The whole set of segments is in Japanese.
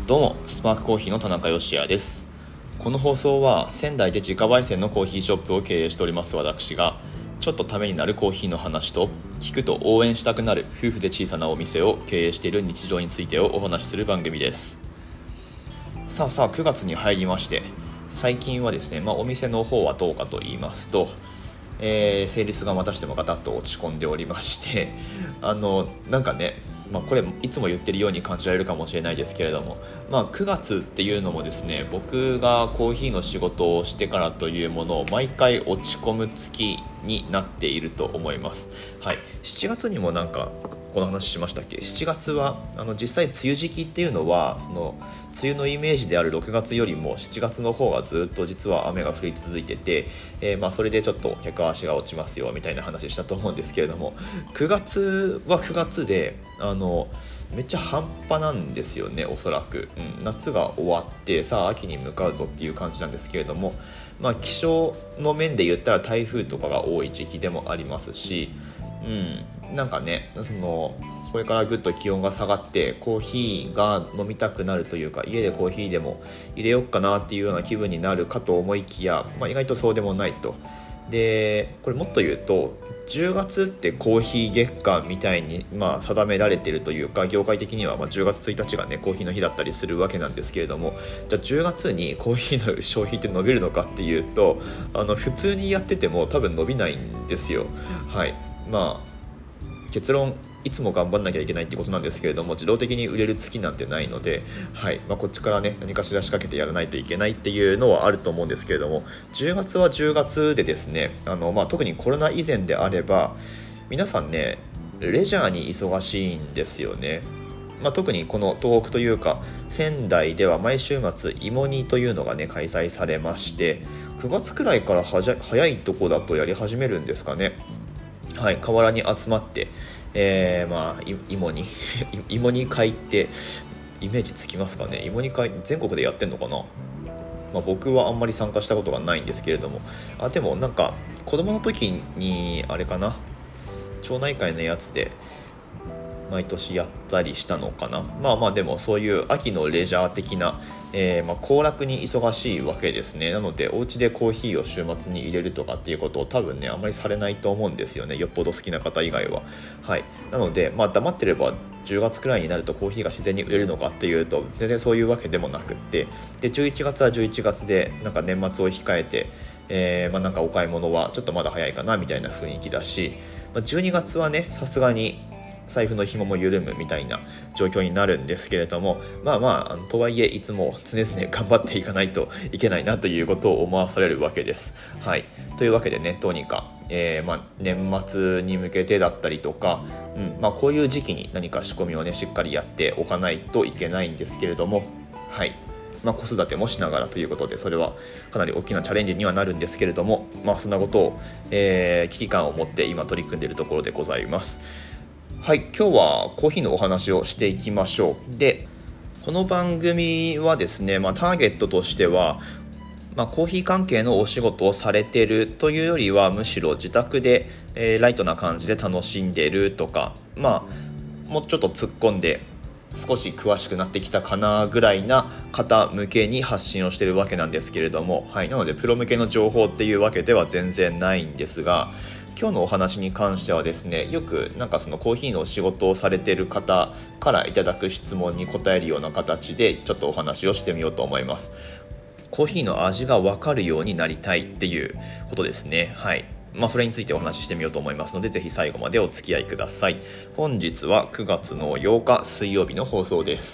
どうも、スパークコーヒーの田中芳也です。この放送は仙台で自家焙煎のコーヒーショップを経営しております私が、ちょっとためになるコーヒーの話と聞くと応援したくなる夫婦で小さなお店を経営している日常についてをお話しする番組です。さあ9月に入りまして、最近はですね、お店の方はどうかと言いますと、セールスがまたしてもガタッと落ち込んでおりましてなんかね、これいつも言ってるように感じられるかもしれないですけれども、9月っていうのもですね、僕がコーヒーの仕事をしてからというものを毎回落ち込む月になっていると思います。はい、7月にもなんかこの話しましたっけ。7月は実際梅雨時期っていうのはその梅雨のイメージである6月よりも7月の方がずっと実は雨が降り続いてて、それでちょっと客足が落ちますよみたいな話したと思うんですけれども、9月は9月でめっちゃ半端なんですよね、おそらく、夏が終わってさあ秋に向かうぞっていう感じなんですけれども、気象の面で言ったら台風とかが多い時期でもありますし、なんかね、これからぐっと気温が下がってコーヒーが飲みたくなるというか、家でコーヒーでも入れようかなっていうような気分になるかと思いきや、意外とそうでもないと。でこれもっと言うと、10月ってコーヒー月間みたいに定められているというか、業界的には10月1日がねコーヒーの日だったりするわけなんですけれども、じゃあ10月にコーヒーの消費って伸びるのかっていうと、普通にやってても多分伸びないんですよ。はい、結論いつも頑張んなきゃいけないってことなんですけれども、自動的に売れる月なんてないので、こっちからね何かしら仕掛けてやらないといけないっていうのはあると思うんですけれども、10月は10月でですね、特にコロナ以前であれば皆さんねレジャーに忙しいんですよね。特にこの東北というか仙台では毎週末芋煮というのがね開催されまして、9月くらいから早いとこだとやり始めるんですかね。河原に集まって、芋煮会ってイメージつきますかね。芋煮会全国でやってんのかな。僕はあんまり参加したことがないんですけれども、でもなんか子供の時にあれかな、町内会のやつで毎年やったりしたのかな。でもそういう秋のレジャー的な、行楽に忙しいわけですね。なのでお家でコーヒーを週末に入れるとかっていうことを多分ねあんまりされないと思うんですよね、よっぽど好きな方以外は。なので黙ってれば10月くらいになるとコーヒーが自然に売れるのかっていうと全然そういうわけでもなくって、で11月は11月でなんか年末を控えて、なんかお買い物はちょっとまだ早いかなみたいな雰囲気だし、12月はねさすがに財布の紐も緩むみたいな状況になるんですけれども、とはいえいつも常々頑張っていかないといけないなということを思わされるわけです。というわけでね、どうにか、年末に向けてだったりとか、こういう時期に何か仕込みをねしっかりやっておかないといけないんですけれども、子育てもしながらということで、それはかなり大きなチャレンジにはなるんですけれども、そんなことを、危機感を持って今取り組んでいるところでございます。今日はコーヒーのお話をしていきましょう。で、この番組はですね、ターゲットとしては、コーヒー関係のお仕事をされているというよりは、むしろ自宅で、ライトな感じで楽しんでいるとか、もうちょっと突っ込んで少し詳しくなってきたかなぐらいな方向けに発信をしているわけなんですけれども、なのでプロ向けの情報っていうわけでは全然ないんですが、今日のお話に関してはですね、よくなんかそのコーヒーの仕事をされている方からいただく質問に答えるような形でちょっとお話をしてみようと思います。コーヒーの味が分かるようになりたいっていうことですね。それについてお話ししてみようと思いますので、ぜひ最後までお付き合いください。本日は9月の8日水曜日の放送です。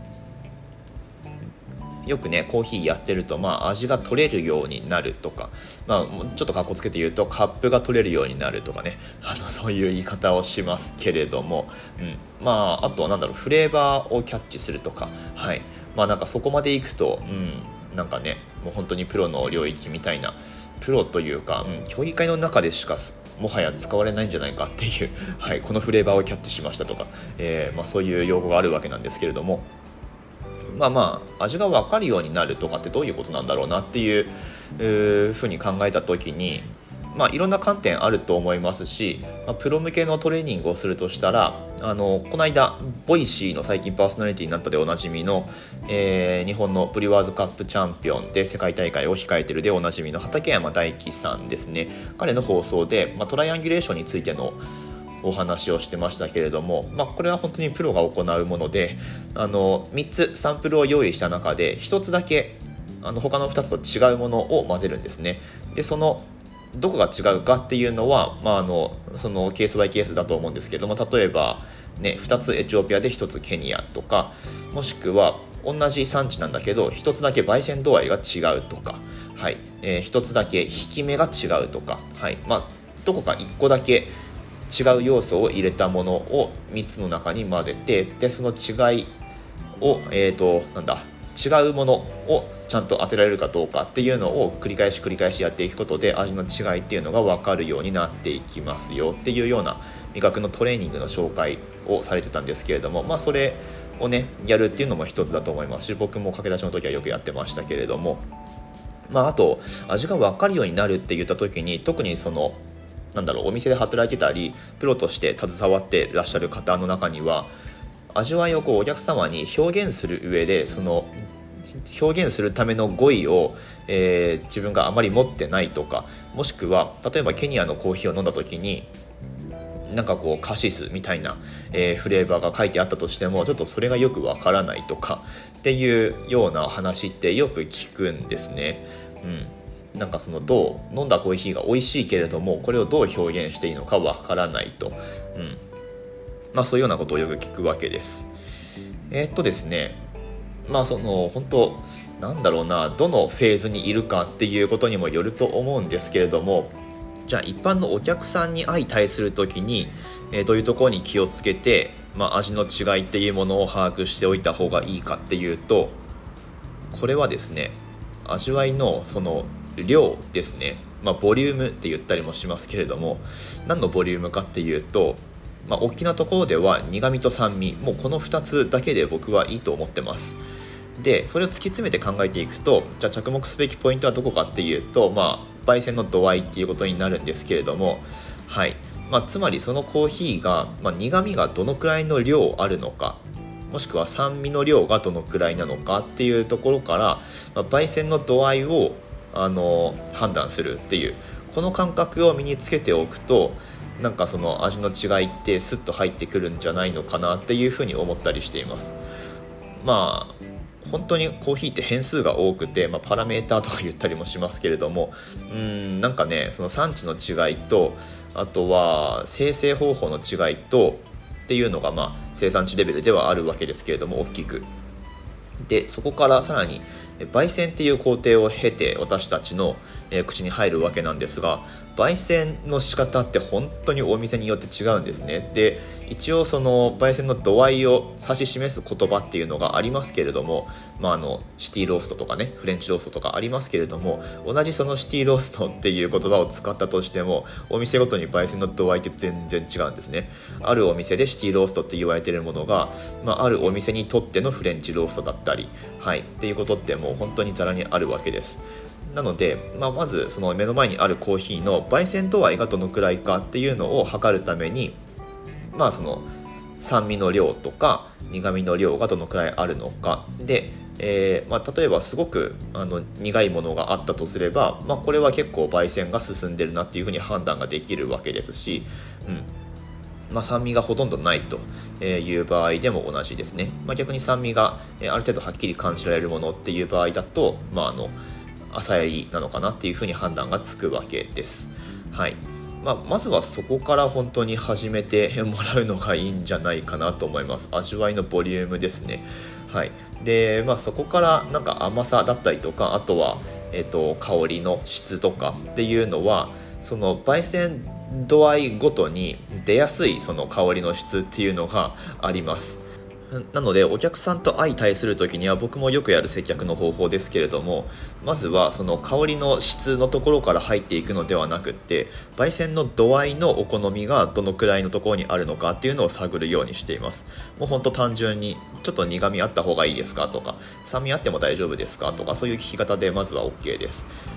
よくねコーヒーやってると味が取れるようになるとか、ちょっとかっこつけて言うとカップが取れるようになるとかね、そういう言い方をしますけれども、あとはフレーバーをキャッチするとか、なんかそこまでいくと、なんかねもう本当にプロの領域みたいな、プロというか、競技会の中でしかもはや使われないんじゃないかっていう、このフレーバーをキャッチしましたとか、そういう用語があるわけなんですけれども、味が分かるようになるとかってどういうことなんだろうなっていうふうに考えた時に、 いろんな観点あると思いますし、プロ向けのトレーニングをするとしたらこの間ボイシーの最近パーソナリティになったでおなじみの、日本のブリュワーズカップチャンピオンで世界大会を控えているでおなじみの畠山大輝さんですね。彼の放送で、トライアンギュレーションについてのお話をしてましたけれども、これは本当にプロが行うもので、3つサンプルを用意した中で1つだけ他の2つと違うものを混ぜるんですね。でそのどこが違うかっていうのは、そのケースバイケースだと思うんですけども、例えば、2つエチオピアで1つケニアとか、もしくは同じ産地なんだけど1つだけ焙煎度合いが違うとか、1つだけ引き目が違うとか、どこか1個だけ違う要素を入れたものを3つの中に混ぜて、でその違いを違うものをちゃんと当てられるかどうかっていうのを繰り返しやっていくことで味の違いっていうのが分かるようになっていきますよっていうような味覚のトレーニングの紹介をされてたんですけれども、それをやるっていうのも一つだと思いますし、僕も駆け出しの時はよくやってましたけれども、あと味が分かるようになるって言った時に、特にお店で働いてたりプロとして携わっていらっしゃる方の中には、味わいをお客様に表現する上で表現するための語彙を、自分があまり持ってないとか、もしくは例えばケニアのコーヒーを飲んだ時にカシスみたいな、フレーバーが書いてあったとしてもちょっとそれがよくわからないとかっていうような話ってよく聞くんですね。どう飲んだコーヒーが美味しいけれどもこれをどう表現していいのかわからないと、そういうようなことをよく聞くわけです。ですね、本当どのフェーズにいるかっていうことにもよると思うんですけれども、じゃあ一般のお客さんに相対するときに、どういうところに気をつけて、味の違いっていうものを把握しておいた方がいいかっていうと、これはですね、味わいのその量ですね、ボリュームって言ったりもしますけれども、何のボリュームかっていうと、大きなところでは苦味と酸味、もうこの2つだけで僕はいいと思ってます。でそれを突き詰めて考えていくと、じゃあ着目すべきポイントはどこかっていうと、焙煎の度合いっていうことになるんですけれども、つまりそのコーヒーが、苦味がどのくらいの量あるのか、もしくは酸味の量がどのくらいなのかっていうところから、焙煎の度合いを判断するっていうこの感覚を身につけておくと、その味の違いってスッと入ってくるんじゃないのかなっていうふうに思ったりしています。本当にコーヒーって変数が多くて、パラメーターとか言ったりもしますけれども、その産地の違いと、あとは生成方法の違いとっていうのが生産地レベルではあるわけですけれども、大きくでそこからさらに焙煎っていう工程を経て私たちの口に入るわけなんですが、焙煎の仕方って本当にお店によって違うんですね。で一応その焙煎の度合いを指し示す言葉っていうのがありますけれども、シティローストとかね、フレンチローストとかありますけれども、同じそのシティローストっていう言葉を使ったとしてもお店ごとに焙煎の度合いって全然違うんですね。あるお店でシティローストって言われているものが、あるお店にとってのフレンチローストだったり、っていうことってもう本当にざらにあるわけです。なので、まずその目の前にあるコーヒーの焙煎度合いがどのくらいかっていうのを測るために、その酸味の量とか苦味の量がどのくらいあるのかで、例えばすごく苦いものがあったとすれば、これは結構焙煎が進んでるなっていうふうに判断ができるわけですし、酸味がほとんどないという場合でも同じですね。逆に酸味がある程度はっきり感じられるものっていう場合だと、浅いなのかなっていうふうに判断がつくわけです。まずはそこから本当に始めてもらうのがいいんじゃないかなと思います。味わいのボリュームですね。でそこから甘さだったりとか、あとは、香りの質とかっていうのはその焙煎度合いごとに出やすいその香りの質っていうのがあります。なのでお客さんと相対するときには僕もよくやる接客の方法ですけれども、まずはその香りの質のところから入っていくのではなくって、焙煎の度合いのお好みがどのくらいのところにあるのかっていうのを探るようにしています。もう本当単純にちょっと苦味あった方がいいですかとか、酸味あっても大丈夫ですかとか、そういう聞き方でまずは OK です。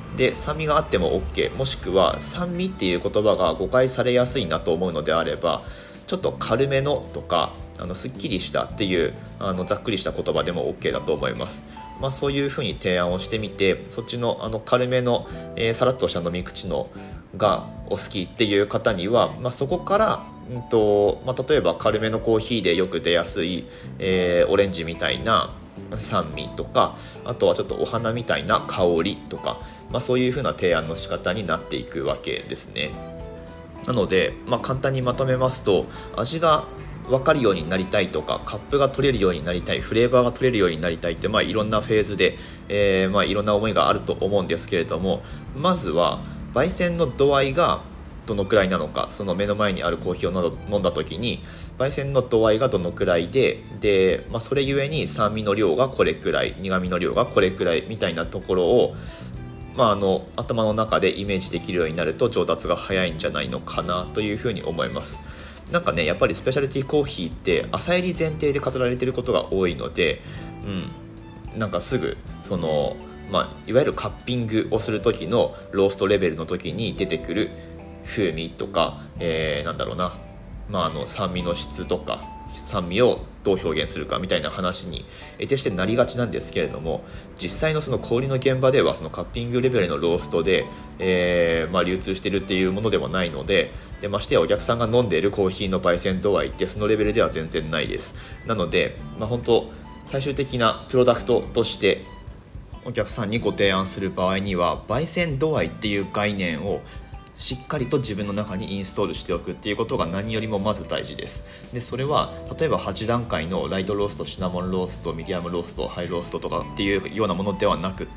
で酸味があっても OK、 もしくは酸味っていう言葉が誤解されやすいなと思うのであれば、ちょっと軽めのとかすっきりしたっていうざっくりした言葉でも OK だと思います。そういうふうに提案をしてみて、そっちの軽めの、さらっとした飲み口のがお好きっていう方には、そこから、例えば軽めのコーヒーでよく出やすい、オレンジみたいな酸味とか、あとはちょっとお花みたいな香りとか、そういう風な提案の仕方になっていくわけですね。なので、簡単にまとめますと、味が分かるようになりたいとか、カップが取れるようになりたい、フレーバーが取れるようになりたいって、いろんなフェーズで、いろんな思いがあると思うんですけれども、まずは焙煎の度合いがどのくらいなのか、その目の前にあるコーヒーを飲んだ時に焙煎の度合いがどのくらいで、それゆえに酸味の量がこれくらい、苦味の量がこれくらいみたいなところを、頭の中でイメージできるようになると上達が早いんじゃないのかなというふうに思います。やっぱりスペシャルティーコーヒーって浅煎り前提で語られていることが多いので、すぐいわゆるカッピングをする時のローストレベルの時に出てくる風味とか、酸味の質とか酸味をどう表現するかみたいな話に得てしてなりがちなんですけれども、実際のその小売りの現場ではそのカッピングレベルのローストで、流通しているっていうものではないので、ましてやお客さんが飲んでいるコーヒーの焙煎度合いってそのレベルでは全然ないです。なので、本当最終的なプロダクトとしてお客さんにご提案する場合には、焙煎度合いっていう概念をしっかりと自分の中にインストールしておくっていうことが何よりもまず大事です。でそれは例えば8段階のライトロースト、シナモンロースト、ミディアムロースト、ハイローストとかっていうようなものではなくって、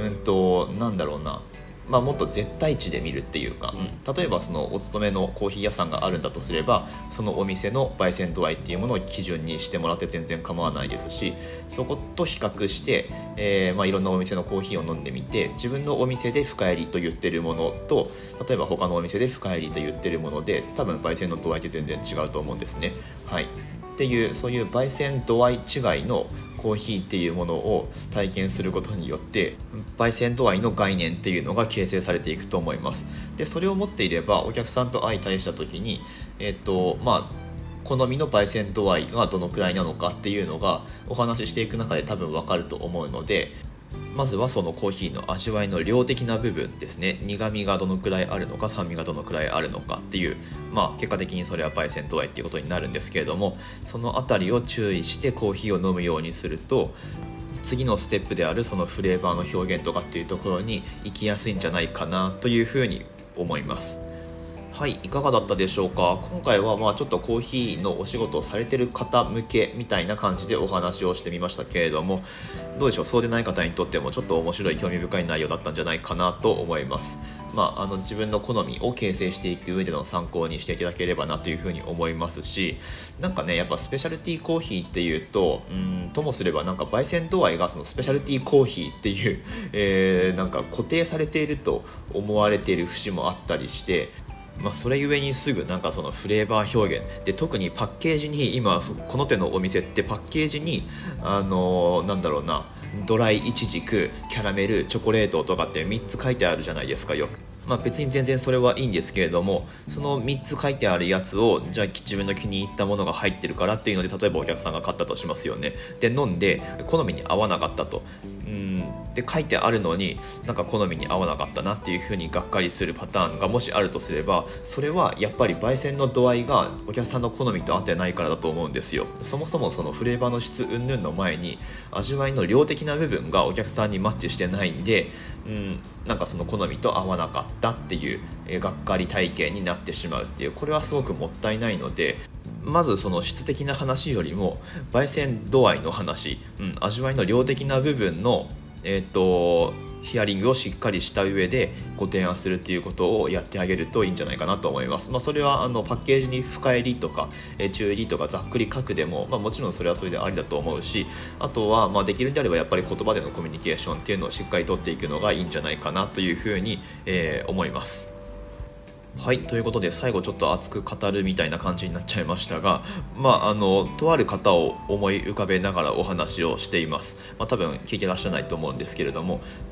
もっと絶対値で見るっていうか、例えばそのお勤めのコーヒー屋さんがあるんだとすれば、そのお店の焙煎度合いっていうものを基準にしてもらって全然構わないですし、そこと比較して、いろんなお店のコーヒーを飲んでみて、自分のお店で深煎りと言ってるものと、例えば他のお店で深煎りと言ってるもので、多分焙煎の度合いって全然違うと思うんですね。っていう、そういう焙煎度合い違いのコーヒーっていうものを体験することによって焙煎度合いの概念っていうのが形成されていくと思います。でそれを持っていればお客さんと相対した時に、好みの焙煎度合いがどのくらいなのかっていうのがお話ししていく中で多分分かると思うので、まずはそのコーヒーの味わいの量的な部分ですね。苦味がどのくらいあるのか、酸味がどのくらいあるのかっていう、結果的にそれは焙煎度合いっていうことになるんですけれども、そのあたりを注意してコーヒーを飲むようにすると、次のステップであるそのフレーバーの表現とかっていうところに行きやすいんじゃないかなというふうに思います。いかがだったでしょうか。今回はちょっとコーヒーのお仕事をされてる方向けみたいな感じでお話をしてみましたけれども、どうでしょう、そうでない方にとってもちょっと面白い興味深い内容だったんじゃないかなと思います。自分の好みを形成していく上での参考にしていただければなというふうに思いますし、やっぱスペシャルティーコーヒーっていうとともすれば焙煎度合いがそのスペシャルティーコーヒーっていう、固定されていると思われている節もあったりして、それゆえにすぐそのフレーバー表現で、特にパッケージに今この手のお店ってパッケージにドライイチジク、キャラメル、チョコレートとかって3つ書いてあるじゃないですか、よく。別に全然それはいいんですけれども、その3つ書いてあるやつをじゃあ自分の気に入ったものが入ってるからっていうので、例えばお客さんが買ったとしますよね。で飲んで好みに合わなかったと、で書いてあるのに好みに合わなかったなっていう風にがっかりするパターンがもしあるとすれば、それはやっぱり焙煎の度合いがお客さんの好みと合ってないからだと思うんですよ。そもそもそのフレーバーの質云々の前に味わいの量的な部分がお客さんにマッチしてないんで、その好みと合わなかったっていう、がっかり体験になってしまうっていう、これはすごくもったいないので、まずその質的な話よりも焙煎度合いの話、味わいの量的な部分のヒアリングをしっかりした上でご提案するっていうことをやってあげるといいんじゃないかなと思います。それはパッケージに深入りとか中入りとかざっくり書くでも、もちろんそれはそれでありだと思うし、あとはできるんであればやっぱり言葉でのコミュニケーションっていうのをしっかり取っていくのがいいんじゃないかなというふうに、思います。ということで最後ちょっと熱く語るみたいな感じになっちゃいましたが、とある方を思い浮かべながらお話をしています。多分聞いてらっしゃらないと思うんですけれども、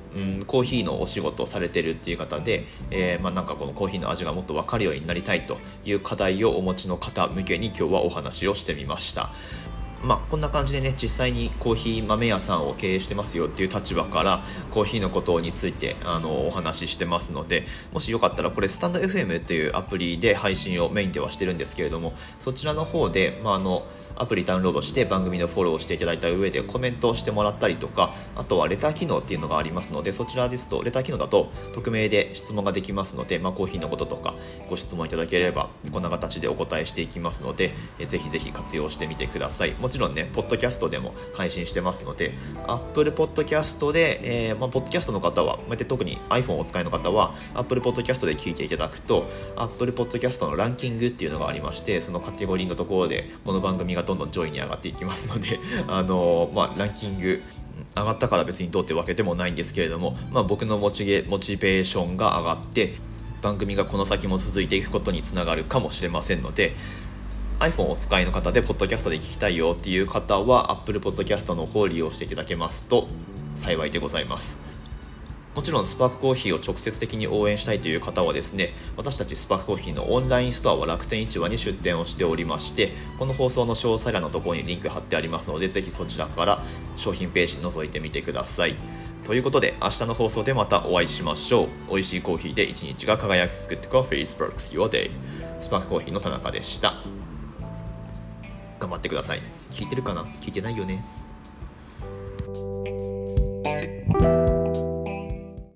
コーヒーのお仕事をされてるっていう方で、なんかこのコーヒーの味がもっと分かるようになりたいという課題をお持ちの方向けに今日はお話をしてみました。こんな感じでね、実際にコーヒー豆屋さんを経営してますよっていう立場からコーヒーのことについてお話ししてますので、もしよかったらこれスタンド FM っていうアプリで配信をメインではしてるんですけれども、そちらの方で、アプリダウンロードして番組のフォローをしていただいた上でコメントをしてもらったりとか、あとはレター機能っていうのがありますので、そちらですとレター機能だと匿名で質問ができますので、コーヒーのこととかご質問いただければこんな形でお答えしていきますので、ぜひぜひ活用してみてください。もちろんね、ポッドキャストでも配信してますので、Apple Podcast で、ポッドキャストの方は、特に iPhone をお使いの方は Apple Podcast で聞いていただくと Apple Podcast のランキングっていうのがありまして、そのカテゴリーのところでこの番組がどんどん上位に上がっていきますのでランキング上がったから別にどうってわけでもないんですけれども、僕のモチベーションが上がって番組がこの先も続いていくことにつながるかもしれませんので、 iPhone をお使いの方でポッドキャストで聞きたいよっていう方は Apple Podcast の方を利用していただけますと幸いでございます。もちろんスパークコーヒーを直接的に応援したいという方はですね、私たちスパークコーヒーのオンラインストアは楽天市場に出店をしておりまして、この放送の詳細欄のところにリンク貼ってありますので、ぜひそちらから商品ページ覗いてみてください。ということで明日の放送でまたお会いしましょう。美味しいコーヒーで一日が輝く Good Coffee Sparks Your Day。 スパークコーヒーの田中でした。頑張ってください。聞いてるかな？聞いてないよね。